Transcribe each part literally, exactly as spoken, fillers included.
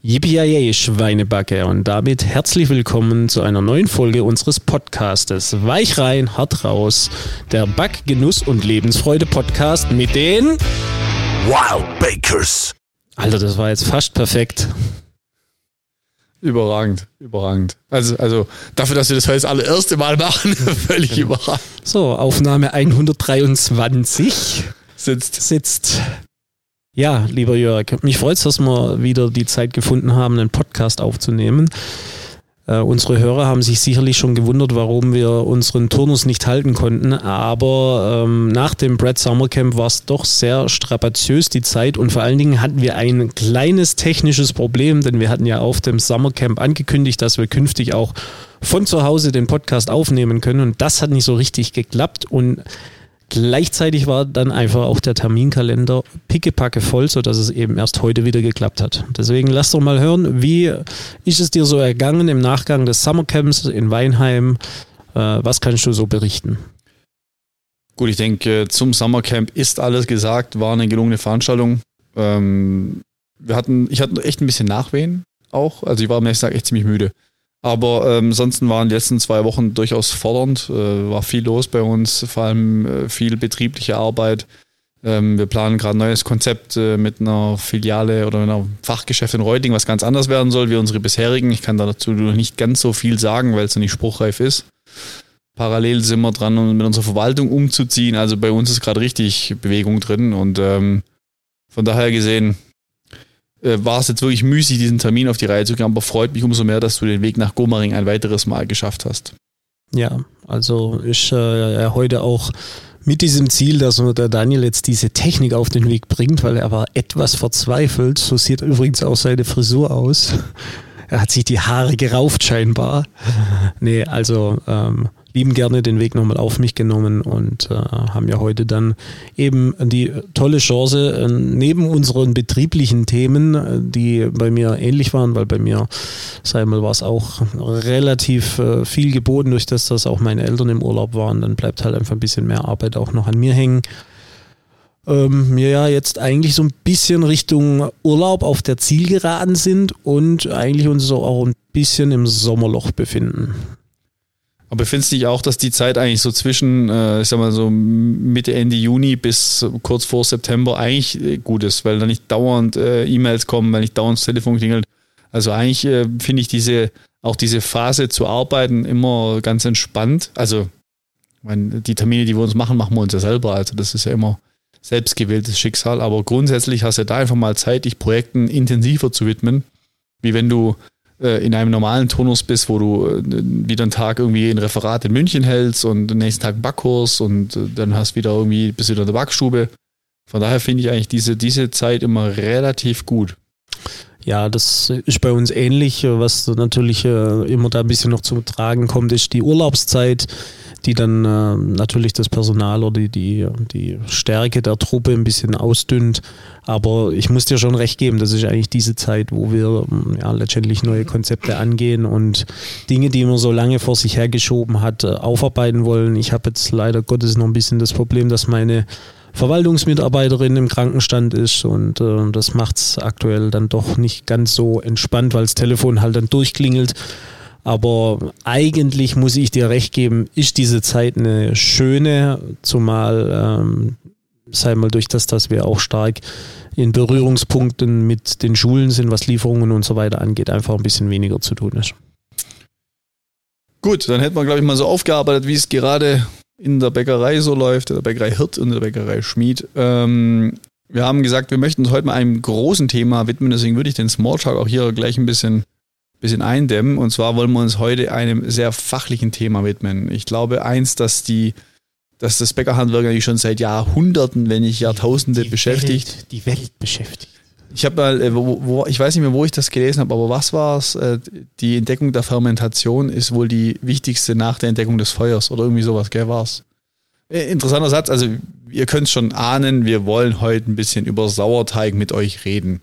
Yippie Schweinebacke und damit herzlich willkommen zu einer neuen Folge unseres Podcastes Weich rein, hart raus, der Back-, Genuss- und Lebensfreude-Podcast mit den Wild Bakers. Alter, das war jetzt fast perfekt. Überragend, überragend. Also, also dafür, dass wir das heute das allererste Mal machen, völlig überragend. So, Aufnahme hundertdreiundzwanzig Sitzt. Sitzt. Ja, lieber Jörg, mich freut es, dass wir wieder die Zeit gefunden haben, einen Podcast aufzunehmen. Äh, unsere Hörer haben sich sicherlich schon gewundert, warum wir unseren Turnus nicht halten konnten, aber ähm, nach dem Brad Summer Camp war es doch sehr strapaziös, die Zeit, und vor allen Dingen hatten wir ein kleines technisches Problem, denn wir hatten ja auf dem Summer Camp angekündigt, dass wir künftig auch von zu Hause den Podcast aufnehmen können, und das hat nicht so richtig geklappt, und gleichzeitig war dann einfach auch der Terminkalender pickepacke voll, sodass es eben erst heute wieder geklappt hat. Deswegen lass doch mal hören, wie ist es dir so ergangen im Nachgang des Summercamps in Weinheim? Äh, was kannst du so berichten? Gut, ich denke, zum Summercamp ist alles gesagt, war eine gelungene Veranstaltung. Ähm, wir hatten, ich hatte echt ein bisschen Nachwehen auch, also ich war am nächsten Tag echt ziemlich müde. Aber ähm, ansonsten waren die letzten zwei Wochen durchaus fordernd, äh, war viel los bei uns, vor allem äh, viel betriebliche Arbeit. Ähm, wir planen gerade ein neues Konzept äh, mit einer Filiale oder einer Fachgeschäft in Reutlingen, was ganz anders werden soll wie unsere bisherigen. Ich kann dazu noch nicht ganz so viel sagen, weil es noch nicht spruchreif ist. Parallel sind wir dran, um mit unserer Verwaltung umzuziehen. Also bei uns ist gerade richtig Bewegung drin, und ähm, von daher gesehen war es jetzt wirklich müßig, diesen Termin auf die Reihe zu kriegen, aber freut mich umso mehr, dass du den Weg nach Gomaring ein weiteres Mal geschafft hast. Ja, also ich äh, heute auch mit diesem Ziel, dass der Daniel jetzt diese Technik auf den Weg bringt, weil er war etwas verzweifelt. So sieht übrigens auch seine Frisur aus. Er hat sich die Haare gerauft scheinbar. Nee, also ähm, lieben gerne den Weg nochmal auf mich genommen und äh, haben ja heute dann eben die tolle Chance, äh, neben unseren betrieblichen Themen, äh, die bei mir ähnlich waren, weil bei mir, sag mal, war es auch relativ äh, viel geboten, durch das, dass auch meine Eltern im Urlaub waren, dann bleibt halt einfach ein bisschen mehr Arbeit auch noch an mir hängen. Ähm, wir ja jetzt eigentlich so ein bisschen Richtung Urlaub auf der Zielgeraden sind und eigentlich uns so auch ein bisschen im Sommerloch befinden. Aber findest du nicht auch, dass die Zeit eigentlich so zwischen, äh, ich sag mal so Mitte, Ende Juni bis kurz vor September eigentlich äh, gut ist, weil da nicht dauernd äh, E-Mails kommen, weil nicht dauernd das Telefon klingelt. Also eigentlich äh, finde ich diese, auch diese Phase zu arbeiten immer ganz entspannt. Also ich meine, die Termine, die wir uns machen, machen wir uns ja selber. Also das ist ja immer selbstgewähltes Schicksal, aber grundsätzlich hast du da einfach mal Zeit, dich Projekten intensiver zu widmen, wie wenn du äh, in einem normalen Turnus bist, wo du äh, wieder einen Tag irgendwie ein Referat in München hältst und den nächsten Tag einen Backkurs und äh, dann hast wieder irgendwie, bist wieder in der Backstube. Von daher finde ich eigentlich diese, diese Zeit immer relativ gut. Ja, das ist bei uns ähnlich. Was natürlich äh, immer da ein bisschen noch zu tragen kommt, ist die Urlaubszeit, die dann äh, natürlich das Personal oder die, die, die Stärke der Truppe ein bisschen ausdünnt. Aber ich muss dir schon recht geben, das ist eigentlich diese Zeit, wo wir ja, letztendlich neue Konzepte angehen und Dinge, die man so lange vor sich hergeschoben hat, äh, aufarbeiten wollen. Ich habe jetzt leider Gottes noch ein bisschen das Problem, dass meine Verwaltungsmitarbeiterin im Krankenstand ist, und äh, das macht es aktuell dann doch nicht ganz so entspannt, weil das Telefon halt dann durchklingelt. Aber eigentlich muss ich dir recht geben, ist diese Zeit eine schöne, zumal ähm, sei mal durch das, dass wir auch stark in Berührungspunkten mit den Schulen sind, was Lieferungen und so weiter angeht, einfach ein bisschen weniger zu tun ist. Gut, dann hätten wir, glaube ich, mal so aufgearbeitet, wie es gerade in der Bäckerei so läuft, in der Bäckerei Hirt und in der Bäckerei Schmied. Ähm, wir haben gesagt, wir möchten uns heute mal einem großen Thema widmen, deswegen würde ich den Smalltalk auch hier gleich ein bisschen bisschen eindämmen, und zwar wollen wir uns heute einem sehr fachlichen Thema widmen. Ich glaube eins, dass die, dass das Bäckerhandwerk eigentlich schon seit Jahrhunderten, wenn nicht Jahrtausende die beschäftigt. Welt, die Welt beschäftigt. Ich habe mal, wo, wo, ich weiß nicht mehr, wo ich das gelesen habe, aber was war es? Die Entdeckung der Fermentation ist wohl die wichtigste nach der Entdeckung des Feuers oder irgendwie sowas, gell, war's? Interessanter Satz, also ihr könnt es schon ahnen, wir wollen heute ein bisschen über Sauerteig mit euch reden.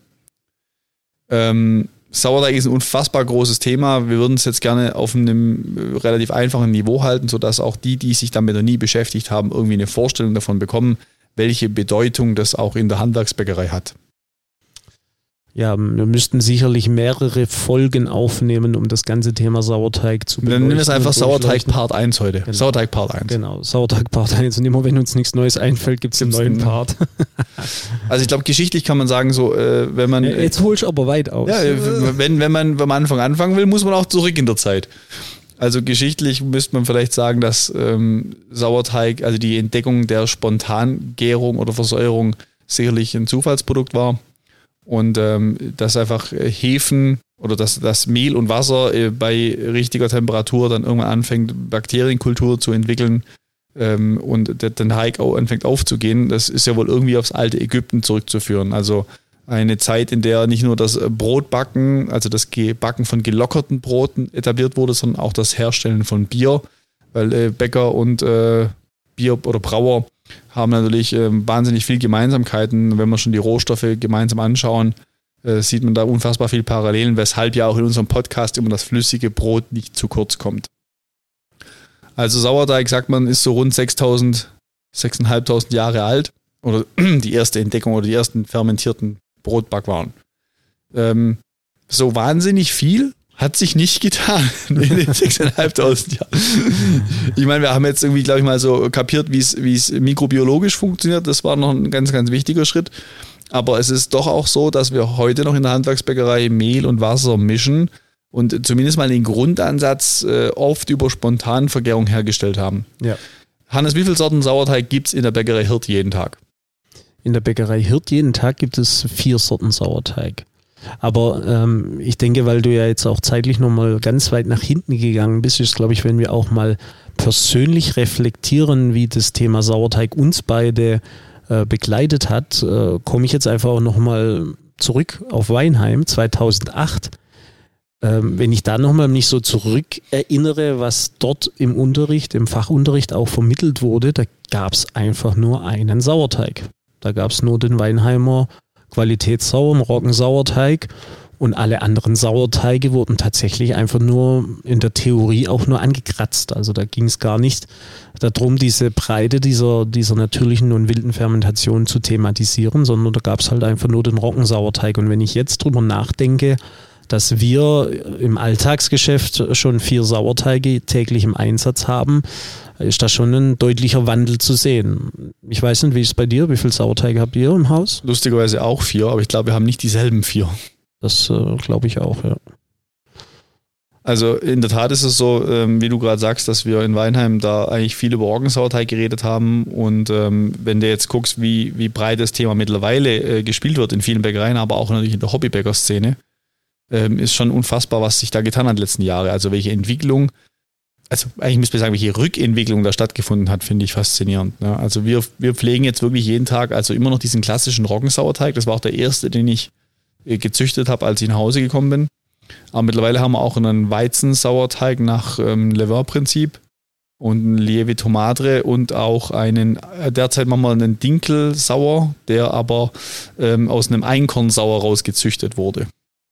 Ähm, Sauerteig ist ein unfassbar großes Thema. Wir würden es jetzt gerne auf einem relativ einfachen Niveau halten, sodass auch die, die sich damit noch nie beschäftigt haben, irgendwie eine Vorstellung davon bekommen, welche Bedeutung das auch in der Handwerksbäckerei hat. Ja, wir müssten sicherlich mehrere Folgen aufnehmen, um das ganze Thema Sauerteig zu beleuchten. Dann nennen wir es einfach Sauerteig Part eins heute. Genau. Sauerteig Part eins. Genau, Sauerteig Part eins. Und immer wenn uns nichts Neues einfällt, gibt es einen neuen Part. Also ich glaube, geschichtlich kann man sagen, so äh, wenn man... Ja, jetzt holst du aber weit aus. Ja, wenn, wenn man am Anfang anfangen will, muss man auch zurück in der Zeit. Also geschichtlich müsste man vielleicht sagen, dass ähm, Sauerteig, also die Entdeckung der Spontangärung oder Versäuerung sicherlich ein Zufallsprodukt war. Und ähm, dass einfach Hefen oder dass das Mehl und Wasser äh, bei richtiger Temperatur dann irgendwann anfängt, Bakterienkultur zu entwickeln ähm, und der, der Teig auch anfängt aufzugehen, das ist ja wohl irgendwie aufs alte Ägypten zurückzuführen. Also eine Zeit, in der nicht nur das Brotbacken, also das Backen von gelockerten Broten etabliert wurde, sondern auch das Herstellen von Bier, weil äh, Bäcker und äh, Bier- oder Brauer haben natürlich äh, wahnsinnig viel Gemeinsamkeiten. Wenn wir schon die Rohstoffe gemeinsam anschauen, äh, sieht man da unfassbar viel Parallelen, weshalb ja auch in unserem Podcast immer das flüssige Brot nicht zu kurz kommt. Also Sauerteig, sagt man, ist so rund sechstausend, sechstausendfünfhundert Jahre alt. Oder die erste Entdeckung oder die ersten fermentierten Brotbackwaren. Ähm, so wahnsinnig viel hat sich nicht getan in den sechstausendfünfhundert Jahren. Ich meine, wir haben jetzt irgendwie, glaube ich, mal so kapiert, wie es, wie es mikrobiologisch funktioniert. Das war noch ein ganz, ganz wichtiger Schritt. Aber es ist doch auch so, dass wir heute noch in der Handwerksbäckerei Mehl und Wasser mischen und zumindest mal den Grundansatz äh, oft über Spontanvergärung hergestellt haben. Ja. Hannes, wie viele Sorten Sauerteig gibt es in der Bäckerei Hirt jeden Tag? In der Bäckerei Hirt jeden Tag gibt es vier Sorten Sauerteig. Aber ähm, ich denke, weil du ja jetzt auch zeitlich nochmal ganz weit nach hinten gegangen bist, ist, glaube ich, wenn wir auch mal persönlich reflektieren, wie das Thema Sauerteig uns beide äh, begleitet hat, äh, komme ich jetzt einfach auch nochmal zurück auf Weinheim zweitausendacht. Ähm, wenn ich da nochmal mich so zurück erinnere, was dort im Unterricht, im Fachunterricht auch vermittelt wurde, da gab es einfach nur einen Sauerteig. Da gab es nur den Weinheimer Qualitätssauer, Roggensauerteig und alle anderen Sauerteige wurden tatsächlich einfach nur in der Theorie auch nur angekratzt. Also da ging es gar nicht darum, diese Breite dieser, dieser natürlichen und wilden Fermentation zu thematisieren, sondern da gab es halt einfach nur den Roggensauerteig. Und wenn ich jetzt drüber nachdenke, dass wir im Alltagsgeschäft schon vier Sauerteige täglich im Einsatz haben, ist da schon ein deutlicher Wandel zu sehen. Ich weiß nicht, wie ist es bei dir? Wie viele Sauerteige habt ihr im Haus? Lustigerweise auch vier, aber ich glaube, wir haben nicht dieselben vier. Das äh, glaube ich auch, ja. Also in der Tat ist es so, ähm, wie du gerade sagst, dass wir in Weinheim da eigentlich viel über Roggensauerteig geredet haben und ähm, wenn du jetzt guckst, wie, wie breit das Thema mittlerweile äh, gespielt wird in vielen Bäckereien, aber auch natürlich in der Hobbybäcker-Szene, ähm, ist schon unfassbar, was sich da getan hat in den letzten Jahren. Also welche Entwicklung, also eigentlich müsste man sagen, welche Rückentwicklung da stattgefunden hat, finde ich faszinierend. Ne? Also wir, wir pflegen jetzt wirklich jeden Tag also immer noch diesen klassischen Roggensauerteig. Das war auch der erste, den ich äh, gezüchtet habe, als ich nach Hause gekommen bin. Aber mittlerweile haben wir auch einen Weizensauerteig nach ähm, Levain-Prinzip und einen Lieve Tomadre und auch einen, äh, derzeit machen wir einen Dinkelsauer, der aber ähm, aus einem Einkornsauer rausgezüchtet wurde.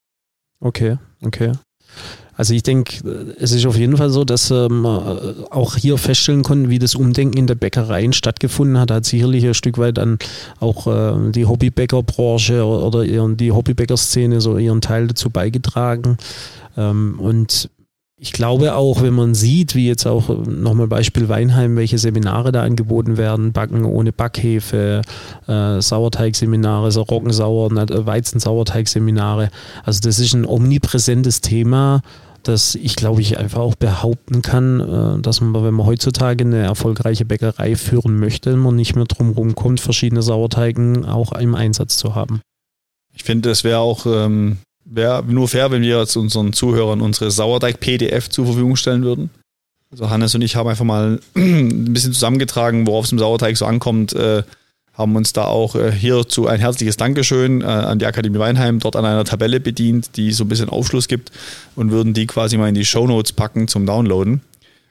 Okay, okay. Also ich denke, es ist auf jeden Fall so, dass ähm, auch hier feststellen konnten, wie das Umdenken in der Bäckereien stattgefunden hat. Hat sicherlich ein Stück weit an auch äh, die Hobbybäckerbranche oder ihren, die Hobbybäckerszene so ihren Teil dazu beigetragen. Ähm, und ich glaube auch, wenn man sieht, wie jetzt auch nochmal Beispiel Weinheim, welche Seminare da angeboten werden, Backen ohne Backhefe, äh, Sauerteigseminare, so Roggensauer, Weizensauerteigseminare. Also das ist ein omnipräsentes Thema, das ich glaube ich einfach auch behaupten kann, dass man, wenn man heutzutage eine erfolgreiche Bäckerei führen möchte, man nicht mehr drum rumkommt, verschiedene Sauerteigen auch im Einsatz zu haben. Ich finde, das wäre auch ähm, wär nur fair, wenn wir jetzt unseren Zuhörern unsere Sauerteig-P D F zur Verfügung stellen würden. Also Hannes und ich haben einfach mal ein bisschen zusammengetragen, worauf es im Sauerteig so ankommt, äh, haben uns da auch äh, hierzu ein herzliches Dankeschön äh, an die Akademie Weinheim dort an einer Tabelle bedient, die so ein bisschen Aufschluss gibt und würden die quasi mal in die Shownotes packen zum Downloaden.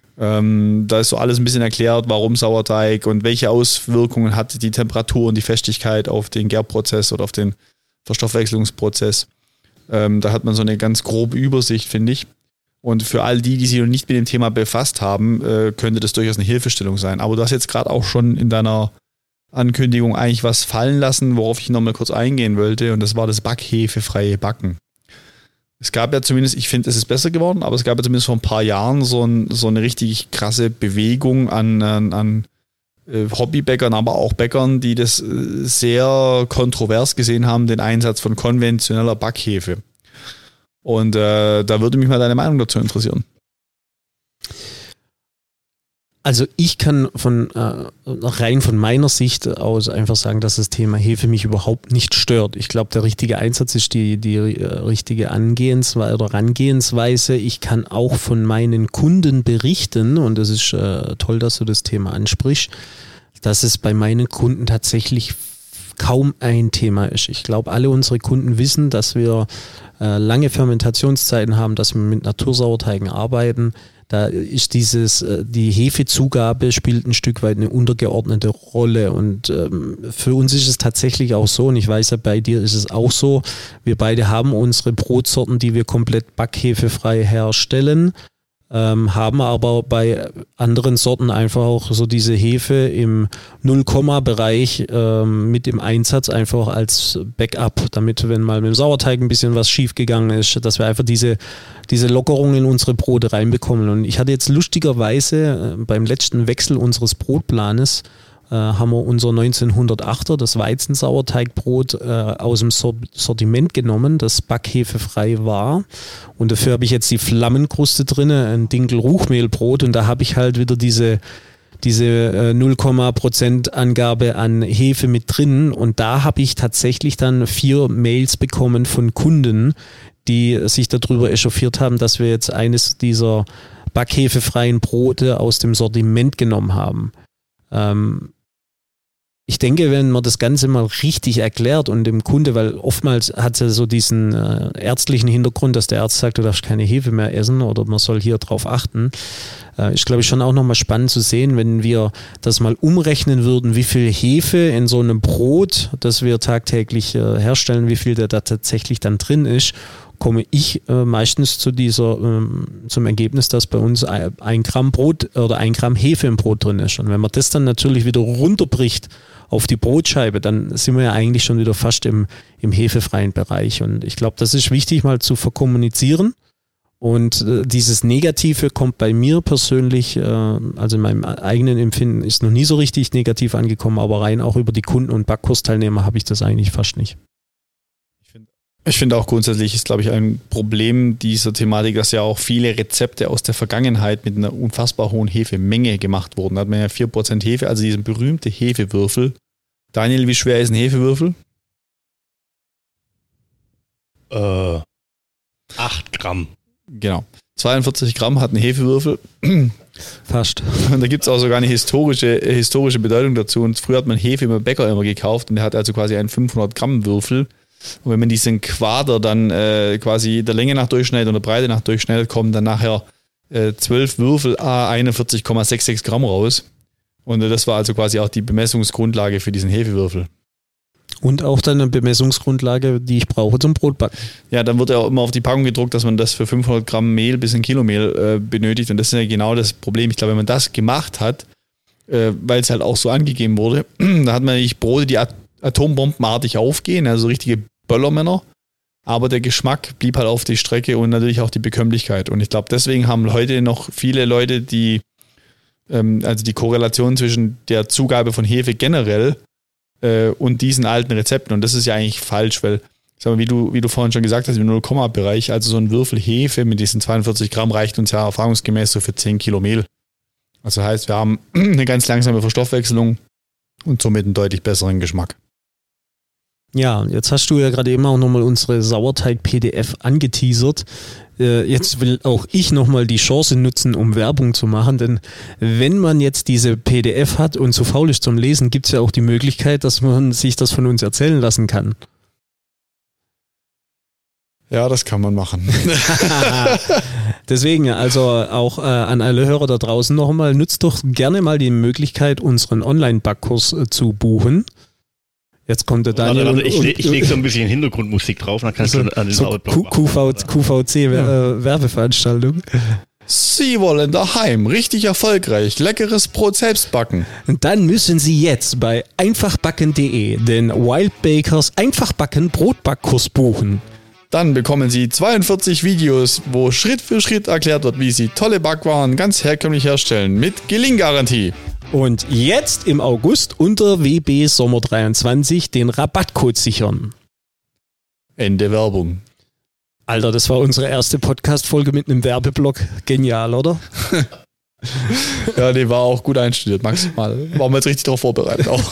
Ähm, da ist so alles ein bisschen erklärt, warum Sauerteig und welche Auswirkungen hat die Temperatur und die Festigkeit auf den Gärprozess oder auf den Verstoffwechslungsprozess. Ähm, da hat man so eine ganz grobe Übersicht, finde ich. Und für all die, die sich noch nicht mit dem Thema befasst haben, äh, könnte das durchaus eine Hilfestellung sein. Aber du hast jetzt gerade auch schon in deiner Ankündigung eigentlich was fallen lassen, worauf ich nochmal kurz eingehen wollte, und das war das backhefefreie Backen. Es gab ja zumindest, ich finde, es ist besser geworden, aber es gab ja zumindest vor ein paar Jahren so, ein, so eine richtig krasse Bewegung an, an, an Hobbybäckern, aber auch Bäckern, die das sehr kontrovers gesehen haben, den Einsatz von konventioneller Backhefe. Und äh, da würde mich mal deine Meinung dazu interessieren. Also ich kann von äh, rein von meiner Sicht aus einfach sagen, dass das Thema Hefe mich überhaupt nicht stört. Ich glaube, der richtige Einsatz ist die, die äh, richtige Angehensweise oder Herangehensweise. Ich kann auch von meinen Kunden berichten, und das ist äh, toll, dass du das Thema ansprichst, dass es bei meinen Kunden tatsächlich kaum ein Thema ist. Ich glaube, alle unsere Kunden wissen, dass wir äh, lange Fermentationszeiten haben, dass wir mit Natursauerteigen arbeiten. Da ist dieses, die Hefezugabe spielt ein Stück weit eine untergeordnete Rolle, und ähm, für uns ist es tatsächlich auch so, und ich weiß ja, bei dir ist es auch so, wir beide haben unsere Brotsorten, die wir komplett backhefefrei herstellen, ähm, haben aber bei anderen Sorten einfach auch so diese Hefe im Null-Komma-Bereich ähm, mit dem Einsatz einfach als Backup, damit, wenn mal mit dem Sauerteig ein bisschen was schief gegangen ist, dass wir einfach diese diese Lockerung in unsere Brote reinbekommen. Und ich hatte jetzt lustigerweise äh, beim letzten Wechsel unseres Brotplanes äh, haben wir unser neunzehnhundertachter, das Weizensauerteigbrot, äh, aus dem Sortiment genommen, das backhefefrei war. Und dafür habe ich jetzt die Flammenkruste drin, ein Dinkel-Ruchmehlbrot, und da habe ich halt wieder diese diese äh, null Komma Prozent Angabe an Hefe mit drin, und da habe ich tatsächlich dann vier Mails bekommen von Kunden, die sich darüber echauffiert haben, dass wir jetzt eines dieser backhefefreien Brote aus dem Sortiment genommen haben. Ähm, ich denke, wenn man das Ganze mal richtig erklärt und dem Kunde, weil oftmals hat es ja so diesen äh, ärztlichen Hintergrund, dass der Arzt sagt, du darfst keine Hefe mehr essen oder man soll hier drauf achten, äh, ist, glaube ich, schon auch nochmal spannend zu sehen, wenn wir das mal umrechnen würden, wie viel Hefe in so einem Brot, das wir tagtäglich äh, herstellen, wie viel da, da tatsächlich dann drin ist, komme ich äh, meistens zu dieser, ähm, zum Ergebnis, dass bei uns ein, ein Gramm Brot oder ein Gramm Hefe im Brot drin ist. Und wenn man das dann natürlich wieder runterbricht auf die Brotscheibe, dann sind wir ja eigentlich schon wieder fast im, im hefefreien Bereich. Und ich glaube, das ist wichtig mal zu verkommunizieren. Und äh, dieses Negative kommt bei mir persönlich, äh, also in meinem eigenen Empfinden, ist noch nie so richtig negativ angekommen, aber rein auch über die Kunden und Backkursteilnehmer habe ich das eigentlich fast nicht. Ich finde auch grundsätzlich ist, glaube ich, ein Problem dieser Thematik, dass ja auch viele Rezepte aus der Vergangenheit mit einer unfassbar hohen Hefemenge gemacht wurden. Da hat man ja vier Prozent Hefe, also diesen berühmte Hefewürfel. Daniel, wie schwer ist ein Hefewürfel? Äh, acht Gramm. Genau. zweiundvierzig Gramm hat ein Hefewürfel. Fast. Und da gibt es auch sogar eine historische, historische Bedeutung dazu. Und früher hat man Hefe im Bäcker immer gekauft und der hat also quasi einen fünfhundert Gramm Würfel. Und wenn man diesen Quader dann äh, quasi der Länge nach durchschneidet und der Breite nach durchschneidet, kommen dann nachher äh, zwölf Würfel à einundvierzig Komma sechsundsechzig Gramm raus. Und äh, das war also quasi auch die Bemessungsgrundlage für diesen Hefewürfel. Und auch dann eine Bemessungsgrundlage, die ich brauche zum Brotbacken. Ja, dann wird ja auch immer auf die Packung gedruckt, dass man das für fünfhundert Gramm Mehl bis ein Kilo Mehl äh, benötigt. Und das ist ja genau das Problem. Ich glaube, wenn man das gemacht hat, äh, weil es halt auch so angegeben wurde, da hat man nicht Brote, die at- atombombenartig aufgehen, also richtige Böllermänner. Aber der Geschmack blieb halt auf die Strecke und natürlich auch die Bekömmlichkeit. Und ich glaube, deswegen haben heute noch viele Leute die, ähm, also die Korrelation zwischen der Zugabe von Hefe generell äh, und diesen alten Rezepten. Und das ist ja eigentlich falsch, weil, sag mal, wie du, wie du vorhin schon gesagt hast, im Null-Komma-Bereich, also so ein Würfel Hefe mit diesen zweiundvierzig Gramm reicht uns ja erfahrungsgemäß so für zehn Kilo Mehl. Also heißt, wir haben eine ganz langsame Verstoffwechselung und somit einen deutlich besseren Geschmack. Ja, jetzt hast du ja gerade eben auch nochmal unsere Sauerteig-P D F angeteasert. Äh, jetzt will auch ich nochmal die Chance nutzen, um Werbung zu machen, denn wenn man jetzt diese P D F hat und zu faul ist zum Lesen, gibt es ja auch die Möglichkeit, dass man sich das von uns erzählen lassen kann. Ja, das kann man machen. Deswegen, also auch äh, an alle Hörer da draußen nochmal, nutzt doch gerne mal die Möglichkeit, unseren Online-Backkurs äh, zu buchen. Jetzt kommt der Daniel. Warte, warte, ich, und, ich lege so ein bisschen Hintergrundmusik drauf, dann kannst so, du an den so Outblock Q V C, ja. äh, Werbeveranstaltung. Sie wollen daheim richtig erfolgreich leckeres Brot selbst backen. Dann müssen Sie jetzt bei einfachbacken punkt de den Wild Bakers Einfachbacken Brotbackkurs buchen. Dann bekommen Sie zweiundvierzig Videos, wo Schritt für Schritt erklärt wird, wie Sie tolle Backwaren ganz herkömmlich herstellen mit Gelinggarantie. Und jetzt im August unter W B Sommer dreiundzwanzig den Rabattcode sichern. Ende Werbung. Alter, das war unsere erste Podcast-Folge mit einem Werbeblock. Genial, oder? Ja, die war auch gut einstudiert, maximal. Waren wir jetzt richtig darauf vorbereitet auch.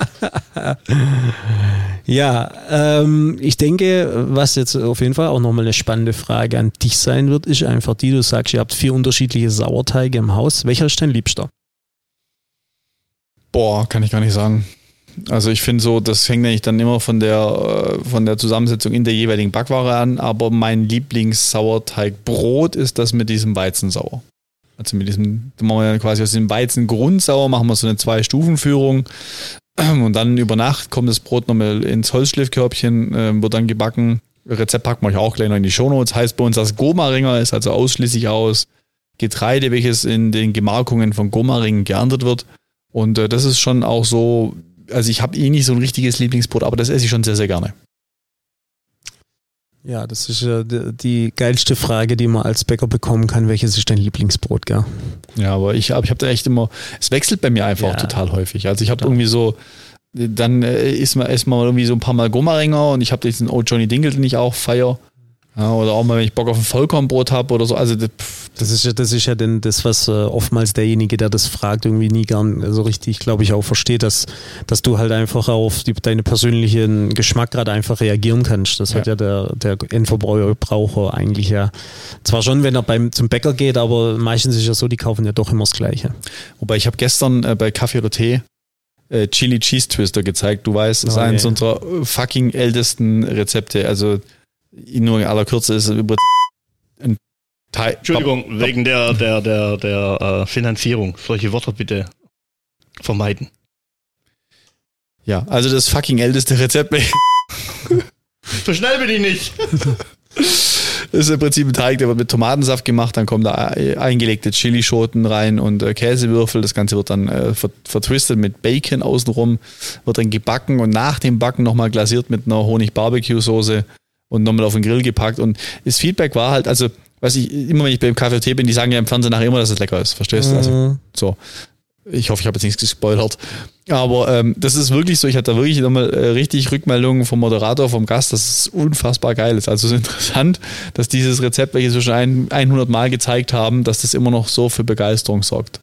Ja, ähm, ich denke, was jetzt auf jeden Fall auch nochmal eine spannende Frage an dich sein wird, ist einfach die, du sagst, ihr habt vier unterschiedliche Sauerteige im Haus. Welcher ist dein Liebster? Boah, kann ich gar nicht sagen. Also ich finde so, das hängt eigentlich dann immer von der, von der Zusammensetzung in der jeweiligen Backware an, aber mein Lieblings-Sauerteigbrot ist das mit diesem Weizensauer. Also mit diesem, da machen wir ja quasi aus dem Weizengrundsauer, machen wir so eine Zwei-Stufen-Führung und dann über Nacht kommt das Brot nochmal ins Holzschliffkörbchen, äh, wird dann gebacken. Rezept packen wir euch auch gleich noch in die Shownotes. Heißt bei uns das Gomaringer, ist also ausschließlich aus Getreide, welches in den Gemarkungen von Gomaringen geerntet wird. Und äh, das ist schon auch so, also ich habe eh nicht so ein richtiges Lieblingsbrot, aber das esse ich schon sehr, sehr gerne. Ja, das ist äh, die, die geilste Frage, die man als Bäcker bekommen kann. Welches ist dein Lieblingsbrot, gell? Ja, aber ich habe ich hab da echt immer, es wechselt bei mir einfach ja. total häufig. Also ich habe irgendwie so, dann äh, isst man erstmal irgendwie so ein paar Mal Gomaringer und ich habe diesen Old Johnny Dingle, den ich auch feier. Ja, oder auch mal, wenn ich Bock auf ein Vollkornbrot habe oder so. Also das, das ist ja, das ist ja denn das, was äh, oftmals derjenige, der das fragt, irgendwie nie gern so richtig, glaube ich, auch versteht, dass, dass du halt einfach auf die, deine persönlichen Geschmack gerade einfach reagieren kannst. Das ja. hat ja der, der Endverbraucher eigentlich ja zwar schon, wenn er beim zum Bäcker geht, aber meistens ist ja so, die kaufen ja doch immer das Gleiche. Wobei ich habe gestern äh, bei Kaffee oder Tee äh, Chili Cheese Twister gezeigt. Du weißt, das ist okay. eines unserer fucking ältesten Rezepte. Also nur in aller Kürze ist über ein Teil. Entschuldigung, wegen der, der, der, der äh, Finanzierung. Solche Worte bitte vermeiden. Ja, also das fucking älteste Rezept. So schnell bin ich nicht. Das ist im Prinzip ein Teig, der wird mit Tomatensaft gemacht, dann kommen da eingelegte Chilischoten rein und äh, Käsewürfel. Das Ganze wird dann äh, vertwistet mit Bacon außenrum, wird dann gebacken und nach dem Backen nochmal glasiert mit einer Honig-Barbecue-Soße und nochmal auf den Grill gepackt. Und das Feedback war halt, also, was ich immer, wenn ich beim Kaffee und Tee bin, die sagen ja im Fernsehen nachher immer, dass es lecker ist. Verstehst du? Mhm. Also, so. Ich hoffe, ich habe jetzt nichts gespoilert. Aber ähm, das ist wirklich so, ich hatte da wirklich nochmal äh, richtig Rückmeldungen vom Moderator, vom Gast, dass es unfassbar geil ist. Also es ist interessant, dass dieses Rezept, welches wir schon ein, hundert Mal gezeigt haben, dass das immer noch so für Begeisterung sorgt.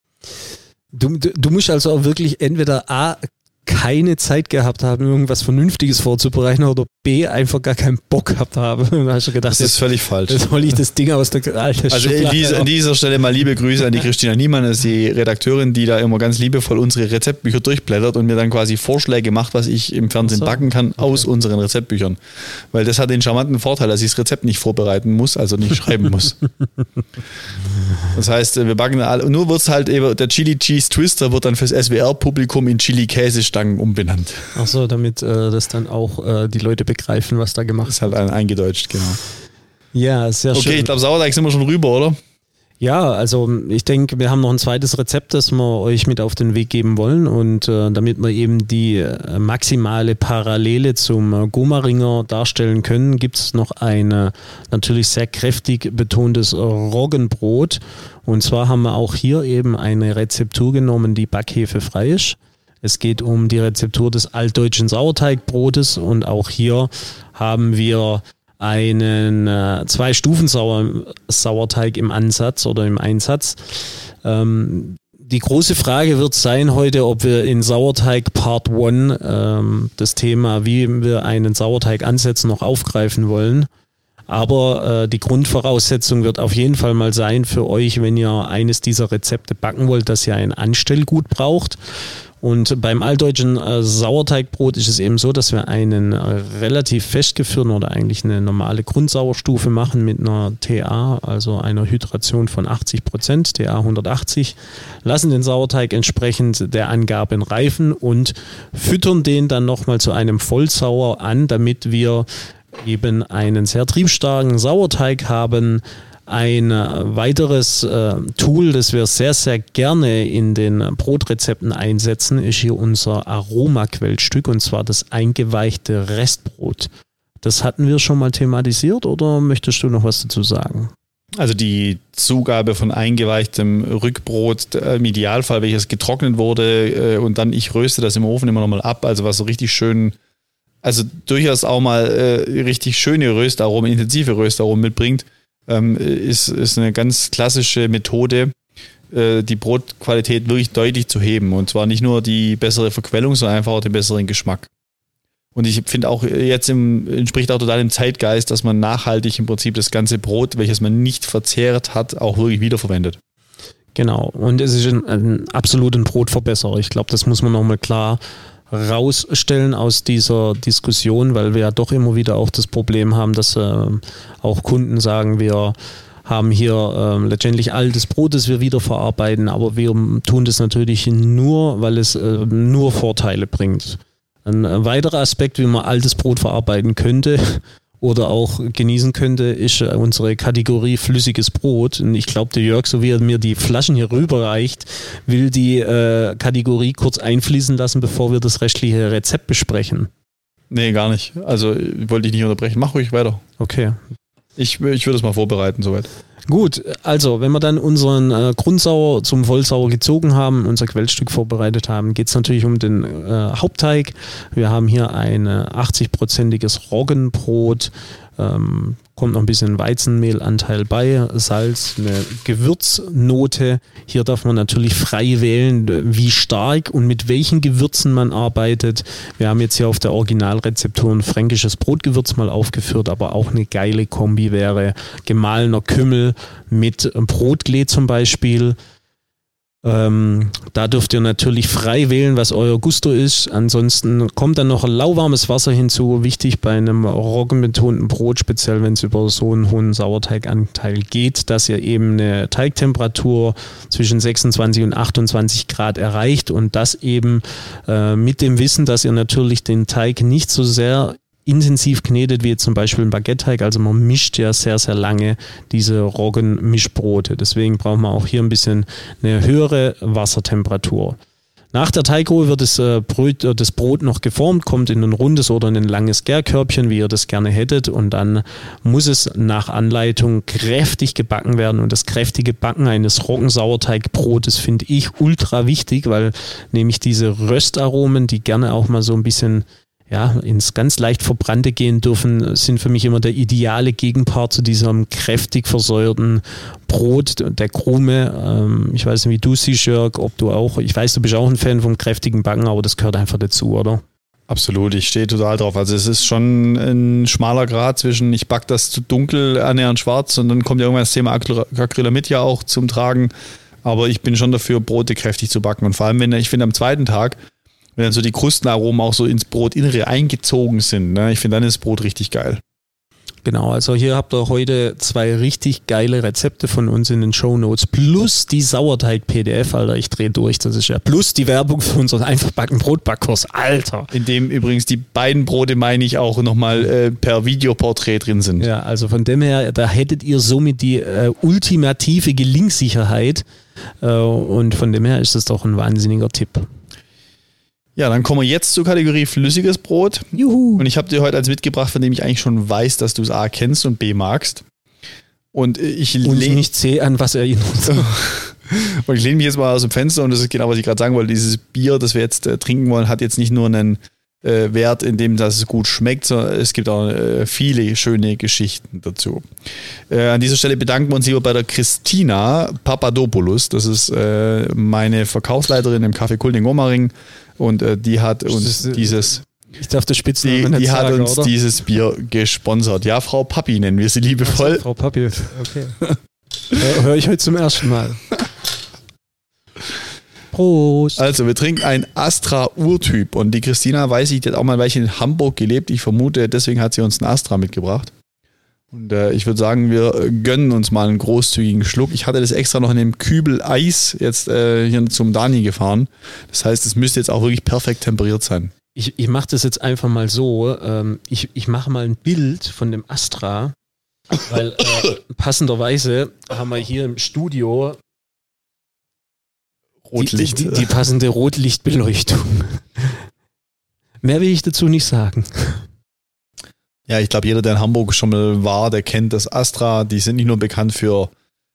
Du, du, du musst also auch wirklich entweder A, keine Zeit gehabt haben, irgendwas Vernünftiges vorzubereiten oder B, einfach gar keinen Bock gehabt haben. Dann hast du gedacht, das ist jetzt, völlig falsch. Jetzt hol ich das Ding aus der alten Also Schublade. an dieser, an dieser Stelle mal liebe Grüße an die Christina Niemann, das ist die Redakteurin, die da immer ganz liebevoll unsere Rezeptbücher durchblättert und mir dann quasi Vorschläge macht, was ich im Fernsehen so. backen kann aus okay. unseren Rezeptbüchern. Weil das hat den charmanten Vorteil, dass ich das Rezept nicht vorbereiten muss, also nicht schreiben muss. Das heißt, wir backen alle, und nur wird es halt eben, der Chili Cheese Twister wird dann fürs S W R-Publikum in Chili Käsestangen umbenannt. Ach so, damit äh, das dann auch äh, die Leute begreifen, was da gemacht ist. Ist halt ein, eingedeutscht, genau. Ja, sehr okay, schön. Okay, ich glaube, Sauerteig sind wir schon rüber, oder? Ja, also ich denke, wir haben noch ein zweites Rezept, das wir euch mit auf den Weg geben wollen und äh, damit wir eben die äh, maximale Parallele zum äh, Gomaringer darstellen können, gibt es noch ein äh, natürlich sehr kräftig betontes äh, Roggenbrot und zwar haben wir auch hier eben eine Rezeptur genommen, die backhefefrei ist. Es geht um die Rezeptur des altdeutschen Sauerteigbrotes und auch hier haben wir einen äh, Zwei-Stufen-Sauerteig im Ansatz oder im Einsatz. Ähm, die große Frage wird sein heute, ob wir in Sauerteig Part eins ähm, das Thema, wie wir einen Sauerteig ansetzen, noch aufgreifen wollen. Aber äh, die Grundvoraussetzung wird auf jeden Fall mal sein für euch, wenn ihr eines dieser Rezepte backen wollt, dass ihr ein Anstellgut braucht. Und beim altdeutschen äh, Sauerteigbrot ist es eben so, dass wir einen äh, relativ festgeführten oder eigentlich eine normale Grundsauerstufe machen mit einer T A, also einer Hydration von achtzig Prozent, T A hundertachtzig, lassen den Sauerteig entsprechend der Angaben reifen und füttern den dann nochmal zu einem Vollsauer an, damit wir eben einen sehr triebstarken Sauerteig haben, Ein weiteres äh, Tool, das wir sehr, sehr gerne in den Brotrezepten einsetzen, ist hier unser Aromaquellstück, und zwar das eingeweichte Restbrot. Das hatten wir schon mal thematisiert, oder möchtest du noch was dazu sagen? Also die Zugabe von eingeweichtem Rückbrot, im Idealfall, welches getrocknet wurde, äh, und dann ich röste das im Ofen immer nochmal ab, also was so richtig schön, also durchaus auch mal äh, richtig schöne Röstaromen, intensive Röstaromen mitbringt, ähm, ist, ist eine ganz klassische Methode, äh, die Brotqualität wirklich deutlich zu heben. Und zwar nicht nur die bessere Verquellung, sondern einfach auch den besseren Geschmack. Und ich finde auch jetzt im, entspricht auch total dem Zeitgeist, dass man nachhaltig im Prinzip das ganze Brot, welches man nicht verzehrt hat, auch wirklich wiederverwendet. Genau, und es ist ein, ein absoluter Brotverbesserer. Ich glaube, das muss man nochmal klar rausstellen aus dieser Diskussion, weil wir ja doch immer wieder auch das Problem haben, dass äh, auch Kunden sagen, wir haben hier äh, letztendlich altes Brot, das wir wiederverarbeiten, aber wir tun das natürlich nur, weil es äh, nur Vorteile bringt. Ein weiterer Aspekt, wie man altes Brot verarbeiten könnte oder auch genießen könnte, ist unsere Kategorie flüssiges Brot. Und ich glaube, der Jörg, so wie er mir die Flaschen hier rüberreicht, will die äh, Kategorie kurz einfließen lassen, bevor wir das restliche Rezept besprechen. Nee, gar nicht. Also ich wollte dich nicht unterbrechen. Mach ruhig weiter. Okay. Ich, ich würde es mal vorbereiten soweit. Gut, also wenn wir dann unseren äh, Grundsauer zum Vollsauer gezogen haben, unser Quellstück vorbereitet haben, geht es natürlich um den äh, Hauptteig. Wir haben hier ein achtzig-prozentiges Roggenbrot, ähm, kommt noch ein bisschen Weizenmehlanteil bei, Salz, eine Gewürznote. Hier darf man natürlich frei wählen, wie stark und mit welchen Gewürzen man arbeitet. Wir haben jetzt hier auf der Originalrezeptur ein fränkisches Brotgewürz mal aufgeführt, aber auch eine geile Kombi wäre gemahlener Kümmel mit Brotklee zum Beispiel. Ähm, da dürft ihr natürlich frei wählen, was euer Gusto ist. Ansonsten kommt dann noch lauwarmes Wasser hinzu. Wichtig bei einem roggenbetonten Brot, speziell wenn es über so einen hohen Sauerteiganteil geht, dass ihr eben eine Teigtemperatur zwischen sechsundzwanzig und achtundzwanzig Grad erreicht, und das eben äh, mit dem Wissen, dass ihr natürlich den Teig nicht so sehr intensiv knetet, wie zum Beispiel ein Baguette-Teig. Also man mischt ja sehr, sehr lange diese Roggen-Mischbrote. Deswegen braucht man auch hier ein bisschen eine höhere Wassertemperatur. Nach der Teigruhe wird das, äh, Brot, äh, das Brot noch geformt, kommt in ein rundes oder in ein langes Gärkörbchen, wie ihr das gerne hättet, und dann muss es nach Anleitung kräftig gebacken werden, und das kräftige Backen eines Roggensauerteigbrotes finde ich ultra wichtig, weil nämlich diese Röstaromen, die gerne auch mal so ein bisschen ja, ins ganz leicht Verbrannte gehen dürfen, sind für mich immer der ideale Gegenpart zu diesem kräftig versäuerten Brot, der Krume. Ähm, ich weiß nicht, wie du siehst, Jörg, ob du auch, ich weiß, du bist auch ein Fan vom kräftigen Backen, aber das gehört einfach dazu, oder? Absolut, ich stehe total drauf. Also es ist schon ein schmaler Grad zwischen, ich backe das zu dunkel, annähernd schwarz, und dann kommt ja irgendwann das Thema Acrylamid ja auch zum Tragen. Aber ich bin schon dafür, Brote kräftig zu backen. Und vor allem, wenn ich finde, am zweiten Tag, wenn dann so die Krustenaromen auch so ins Brotinnere eingezogen sind, ne? Ich finde, dann ist das Brot richtig geil. Genau, also hier habt ihr heute zwei richtig geile Rezepte von uns in den Shownotes, plus die Sauerteig-P D F, Alter, ich drehe durch, das ist ja, plus die Werbung für unseren Einfachbacken Brotbackkurs, Alter. In dem übrigens die beiden Brote, meine ich, auch nochmal äh, per Videoporträt drin sind. Ja, also von dem her, da hättet ihr somit die äh, ultimative Gelingsicherheit, äh, und von dem her ist das doch ein wahnsinniger Tipp. Ja, dann kommen wir jetzt zur Kategorie flüssiges Brot. Juhu. Und ich habe dir heute eins mitgebracht, von dem ich eigentlich schon weiß, dass du es A kennst und B magst. Und ich lehne nicht C an, was er ihn Und ich lehne mich jetzt mal aus dem Fenster, und das ist genau, was ich gerade sagen wollte. Dieses Bier, das wir jetzt äh, trinken wollen, hat jetzt nicht nur einen äh, Wert, in dem dass es gut schmeckt, sondern es gibt auch äh, viele schöne Geschichten dazu. Äh, an dieser Stelle bedanken wir uns lieber bei der Christina Papadopoulos. Das ist äh, meine Verkaufsleiterin im Café Kult in Gomaring. Und äh, die hat uns ist, dieses ich darf das Spitznamen die, die nicht hat sagen, uns oder? dieses Bier gesponsert. Ja, Frau Papi nennen wir sie liebevoll. Also, Frau Papi, okay. Hör, hör ich heute zum ersten Mal. Prost. Also wir trinken ein Astra Urtyp, und die Christina, weiß ich, die hat auch mal ein Weilchen in Hamburg gelebt. Ich vermute, deswegen hat sie uns einen Astra mitgebracht. Und äh, ich würde sagen, wir gönnen uns mal einen großzügigen Schluck. Ich hatte das extra noch in dem Kübel Eis jetzt äh, hier zum Dani gefahren. Das heißt, es müsste jetzt auch wirklich perfekt temperiert sein. Ich, ich mache das jetzt einfach mal so. Ähm, ich, ich mache mal ein Bild von dem Astra. Weil äh, passenderweise haben wir hier im Studio Rotlicht. Die, die, die passende Rotlichtbeleuchtung. Mehr will ich dazu nicht sagen. Ja, ich glaube, jeder, der in Hamburg schon mal war, der kennt das Astra. Die sind nicht nur bekannt für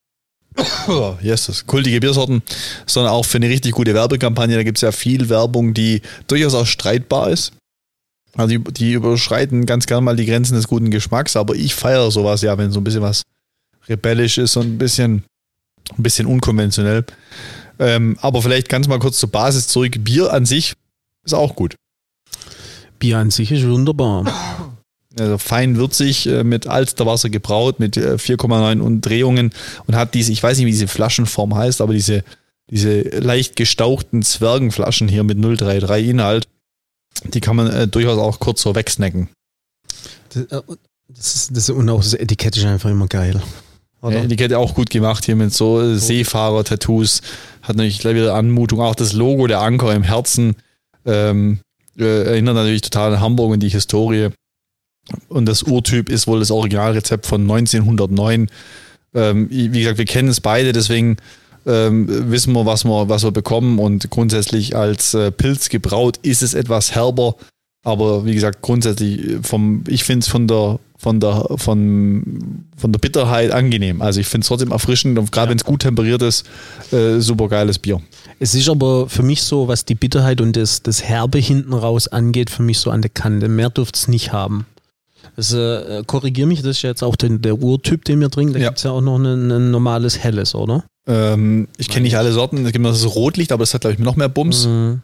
yes, kultige Biersorten, sondern auch für eine richtig gute Werbekampagne. Da gibt es ja viel Werbung, die durchaus auch streitbar ist. Also die, die überschreiten ganz gerne mal die Grenzen des guten Geschmacks, aber ich feiere sowas ja, wenn so ein bisschen was rebellisch ist und ein bisschen, ein bisschen unkonventionell. Ähm, aber vielleicht ganz mal kurz zur Basis zurück. Bier an sich ist auch gut. Bier an sich ist wunderbar. Also fein würzig, mit Alsterwasser gebraut, mit vier Komma neun Umdrehungen und hat diese, ich weiß nicht, wie diese Flaschenform heißt, aber diese, diese leicht gestauchten Zwergenflaschen hier mit null Komma dreiunddreißig Inhalt, die kann man äh, durchaus auch kurz so wegsnacken. Das, das ist, das, und auch das Etikett ist einfach immer geil. Oder? Ja, Etikett auch gut gemacht hier mit so oh. Seefahrer-Tattoos, hat natürlich gleich wieder Anmutung, auch das Logo, der Anker im Herzen, ähm, äh, erinnert natürlich total an Hamburg und die Historie. Und das Urtyp ist wohl das Originalrezept von neunzehnhundertneun. Ähm, wie gesagt, wir kennen es beide, deswegen ähm, wissen wir was, wir, was wir bekommen. Und grundsätzlich als äh, Pilz gebraut ist es etwas herber. Aber wie gesagt, grundsätzlich vom, ich finde es von der, von der, von, von der Bitterheit angenehm. Also ich finde es trotzdem erfrischend und gerade ja. wenn es gut temperiert ist, äh, super geiles Bier. Es ist aber für mich so, was die Bitterheit und das, das Herbe hinten raus angeht, für mich so an der Kante. Mehr dürfte es nicht haben. Also, äh, korrigier mich, das ist ja jetzt auch den, der Urtyp, den wir trinken. Da ja. gibt es ja auch noch ein, ein normales Helles, oder? Ähm, ich kenne nicht alle Sorten. Es gibt noch das Rotlicht, aber das hat, glaube ich, noch mehr Bums. Mhm.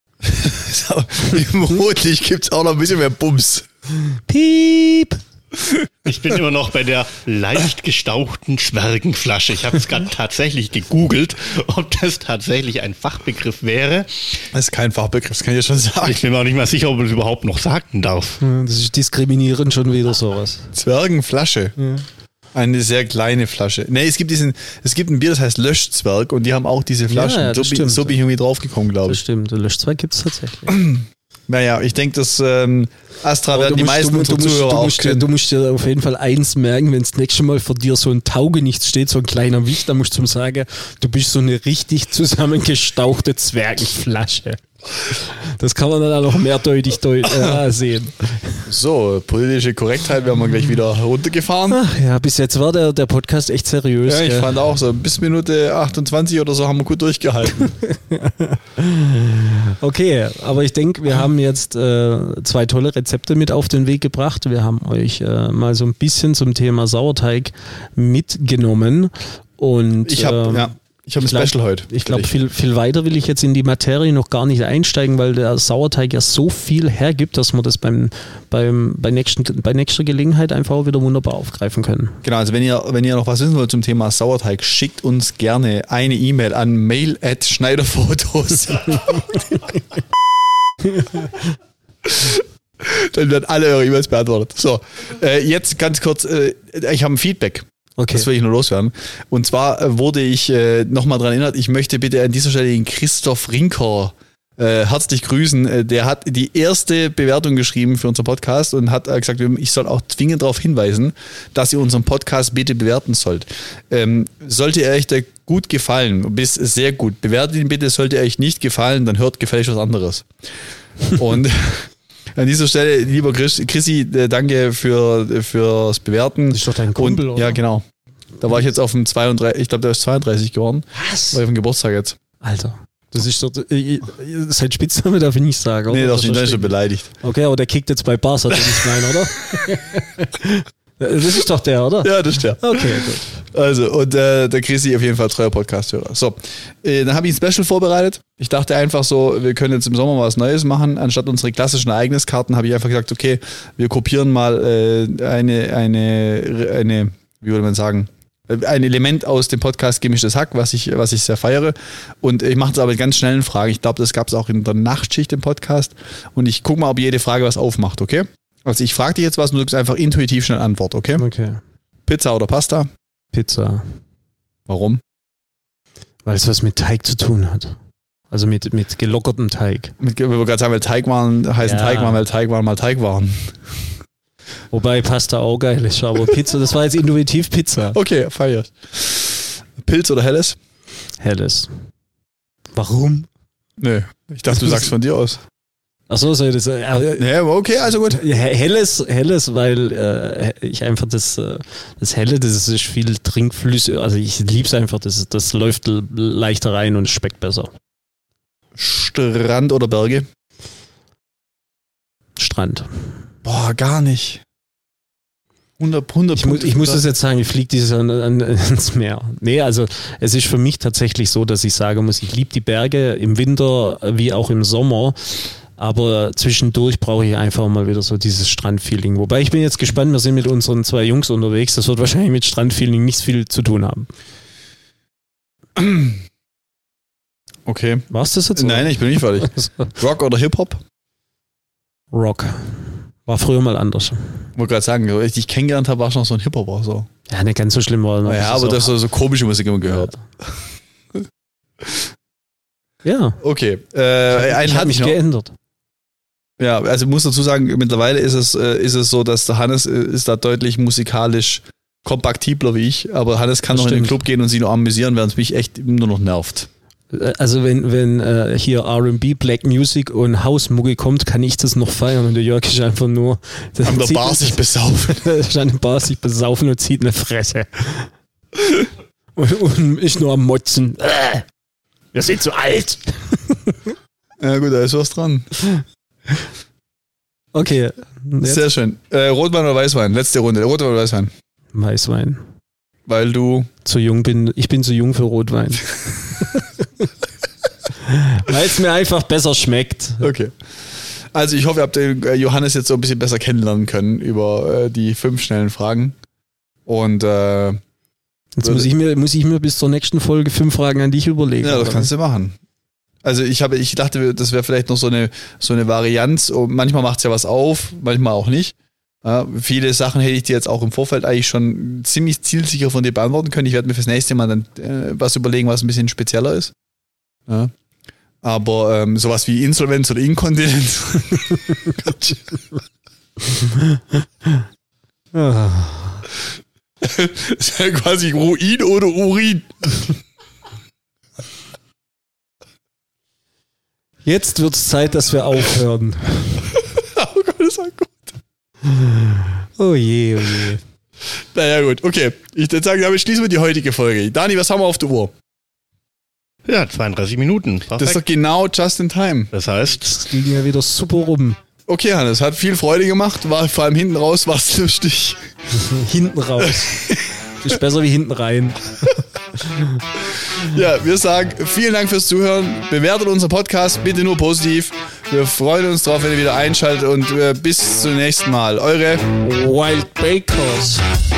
Im Rotlicht gibt es auch noch ein bisschen mehr Bums. Piep! Ich bin immer noch bei der leicht gestauchten Zwergenflasche. Ich habe es gerade tatsächlich gegoogelt, ob das tatsächlich ein Fachbegriff wäre. Das ist kein Fachbegriff, das kann ich ja schon sagen. Ich bin mir auch nicht mal sicher, ob man es überhaupt noch sagen darf. Das ist diskriminierend schon wieder sowas. Zwergenflasche. Ja. Eine sehr kleine Flasche. Nee, es gibt diesen, es gibt ein Bier, das heißt Löschzwerg und die haben auch diese Flaschen. Ja, ja, so, bin, so bin ich irgendwie draufgekommen, glaube ich. Das stimmt, Löschzwerg gibt es tatsächlich. Naja, ich denke, dass ähm, Astra werden die meisten unserer Zuhörer auch kennen. Du musst dir auf jeden Fall eins merken, wenn das nächste Mal vor dir so ein Taugenichts steht, so ein kleiner Wicht, dann musst du ihm sagen, du bist so eine richtig zusammengestauchte Zwergenflasche. Das kann man dann auch noch mehrdeutig deut- äh, sehen. So, politische Korrektheit werden wir gleich wieder runtergefahren. Ach ja, bis jetzt war der, der Podcast echt seriös. Ja, ich gell? fand auch so, bis Minute achtundzwanzig oder so haben wir gut durchgehalten. Okay, aber ich denke, wir haben jetzt äh, zwei tolle Rezepte mit auf den Weg gebracht. Wir haben euch äh, mal so ein bisschen zum Thema Sauerteig mitgenommen. Und ich habe ähm, ja. Ich habe ein glaub, Special heute. Ich glaube, viel, viel weiter will ich jetzt in die Materie noch gar nicht einsteigen, weil der Sauerteig ja so viel hergibt, dass wir das beim, beim, bei, nächsten, bei nächster Gelegenheit einfach auch wieder wunderbar aufgreifen können. Genau, also wenn ihr, wenn ihr noch was wissen wollt zum Thema Sauerteig, schickt uns gerne eine E-Mail an mail at schneiderfotos. Dann werden alle eure E-Mails beantwortet. So, äh, jetzt ganz kurz, äh, ich habe ein Feedback. Okay. Das will ich nur loswerden. Und zwar wurde ich äh, nochmal daran erinnert, ich möchte bitte an dieser Stelle den Christoph Rinker äh, herzlich grüßen. Äh, der hat die erste Bewertung geschrieben für unseren Podcast und hat äh, gesagt, ich soll auch zwingend darauf hinweisen, dass ihr unseren Podcast bitte bewerten sollt. Ähm, sollte er euch da gut gefallen, bis sehr gut, bewertet ihn bitte. Sollte er euch nicht gefallen, dann hört gefälligst was anderes. Und an dieser Stelle, lieber Chris, Chrissy, danke für, fürs Bewerten. Das ist doch dein Kumpel, und, oder? Ja, genau. Da war ich jetzt auf dem zweiunddreißig, ich glaube, der ist zweiunddreißig geworden. Was? War auf dem Geburtstag jetzt. Alter, das ist doch, sein Spitzname darf ich nicht sagen, oder? Nee, das ist nicht, schon beleidigt. Okay, aber der kickt jetzt bei Bars, hat er nicht meinen, oder? Das ist doch der, oder? Ja, das ist der. Okay, gut. Also, und äh, der Chrissy auf jeden Fall treuer Podcast-Hörer. So, äh, dann habe ich ein Special vorbereitet. Ich dachte einfach so, wir können jetzt im Sommer mal was Neues machen. Anstatt unsere klassischen Ereigniskarten habe ich einfach gesagt, okay, wir kopieren mal äh, eine, eine, eine, wie würde man sagen, ein Element aus dem Podcast Gemischtes Hack, was ich, was ich sehr feiere. Und ich mache es aber mit ganz schnellen Fragen. Ich glaube, das gab es auch in der Nachtschicht im Podcast. Und ich gucke mal, ob jede Frage was aufmacht, okay? Also ich frage dich jetzt was und du gibst einfach intuitiv schnell Antwort, okay? Okay. Pizza oder Pasta? Pizza. Warum? Weil es was mit Teig zu tun hat. Also mit, mit gelockertem Teig. Mit, ich würde gerade sagen, weil Teigwaren heißen ja. Teigwaren, weil Teigwaren mal Teigwaren. Wobei Pasta auch geil ist, aber Pizza, das war jetzt intuitiv Pizza. Okay, feiert. Pilz oder Helles? Helles. Warum? Nö, ich dachte, du sagst von dir aus. Achso, soll ich das? Äh, Ja, okay, also gut. Helles, Helles, weil äh, ich einfach das, äh, das Helle, das ist viel Trinkflüsse, also ich lieb's einfach, das, das läuft leichter rein und schmeckt besser. Strand oder Berge? Strand. Boah, gar nicht. hundert, hundert Ich, mu ich muss das jetzt sagen, ich fliege dieses an, an, ins Meer. Nee, also es ist für mich tatsächlich so, dass ich sagen muss, ich liebe die Berge im Winter wie auch im Sommer, aber zwischendurch brauche ich einfach mal wieder so dieses Strandfeeling. Wobei ich bin jetzt gespannt, wir sind mit unseren zwei Jungs unterwegs, das wird wahrscheinlich mit Strandfeeling nicht viel zu tun haben. Okay. War's das jetzt? Nein, ich bin nicht fertig. Rock oder Hip-Hop? Rock. War früher mal anders. Ich wollte gerade sagen, als ich dich kennengelernt habe, warst du noch so ein Hip-Hopper. So. Ja, nicht ganz so schlimm war. Ja, aber das so, so komische Musik immer gehört. Ja. Okay. Äh, einen ich habe mich noch. geändert. Ja, also ich muss dazu sagen, mittlerweile ist es, äh, ist es so, dass der Hannes äh, ist da deutlich musikalisch kompatibler wie ich, aber Hannes kann Das noch in den stimmt. Club gehen und sich noch amüsieren, während es mich echt nur noch nervt. Also wenn, wenn äh, hier R and B, Black Music und Hausmucke kommt, kann ich das noch feiern und der Jörg ist einfach nur An der Bar sich besaufen. ist an der Bar sich besaufen und zieht eine Fresse. und, und ist nur am Motzen. Äh, wir sind zu alt. Ja gut, da ist was dran. Okay. Jetzt Sehr schön. Äh, Rotwein oder Weißwein? Letzte Runde. Rotwein oder Weißwein? Weißwein. Weil du... Zu jung bin, ich bin zu jung für Rotwein. Weil es mir einfach besser schmeckt. Okay. Also ich hoffe, ihr habt den Johannes jetzt so ein bisschen besser kennenlernen können über äh, die fünf schnellen Fragen. Und äh, Jetzt muss ich, mir, muss ich mir bis zur nächsten Folge fünf Fragen an dich überlegen. ja, das kannst du machen. Also ich habe, ich dachte, das wäre vielleicht noch so eine so eine Varianz. Und manchmal macht es ja was auf, manchmal auch nicht. Ja, viele Sachen hätte ich dir jetzt auch im Vorfeld eigentlich schon ziemlich zielsicher von dir beantworten können. Ich werde mir fürs nächste Mal dann äh, was überlegen, was ein bisschen spezieller ist. Ja. Aber ähm, sowas wie Insolvenz oder Inkontinenz. Das ist ja quasi Ruin oder Urin. Jetzt wird es Zeit, dass wir aufhören. Oh Gott, ist das gut. Oh je, oh je. Naja gut, okay. Ich würde sagen, damit schließen wir die heutige Folge. Dani, was haben wir auf der Uhr? Ja, zweiunddreißig Minuten. Das ist doch genau just in time. Das heißt, Das ging ja wieder super rum. Okay, Hannes, hat viel Freude gemacht. War vor allem hinten raus, war es lustig. Hinten raus. Ist besser wie hinten rein. Ja, wir sagen vielen Dank fürs Zuhören. Bewertet unseren Podcast bitte nur positiv. Wir freuen uns drauf, wenn ihr wieder einschaltet und äh, bis zum nächsten Mal. Eure Wild Bakers.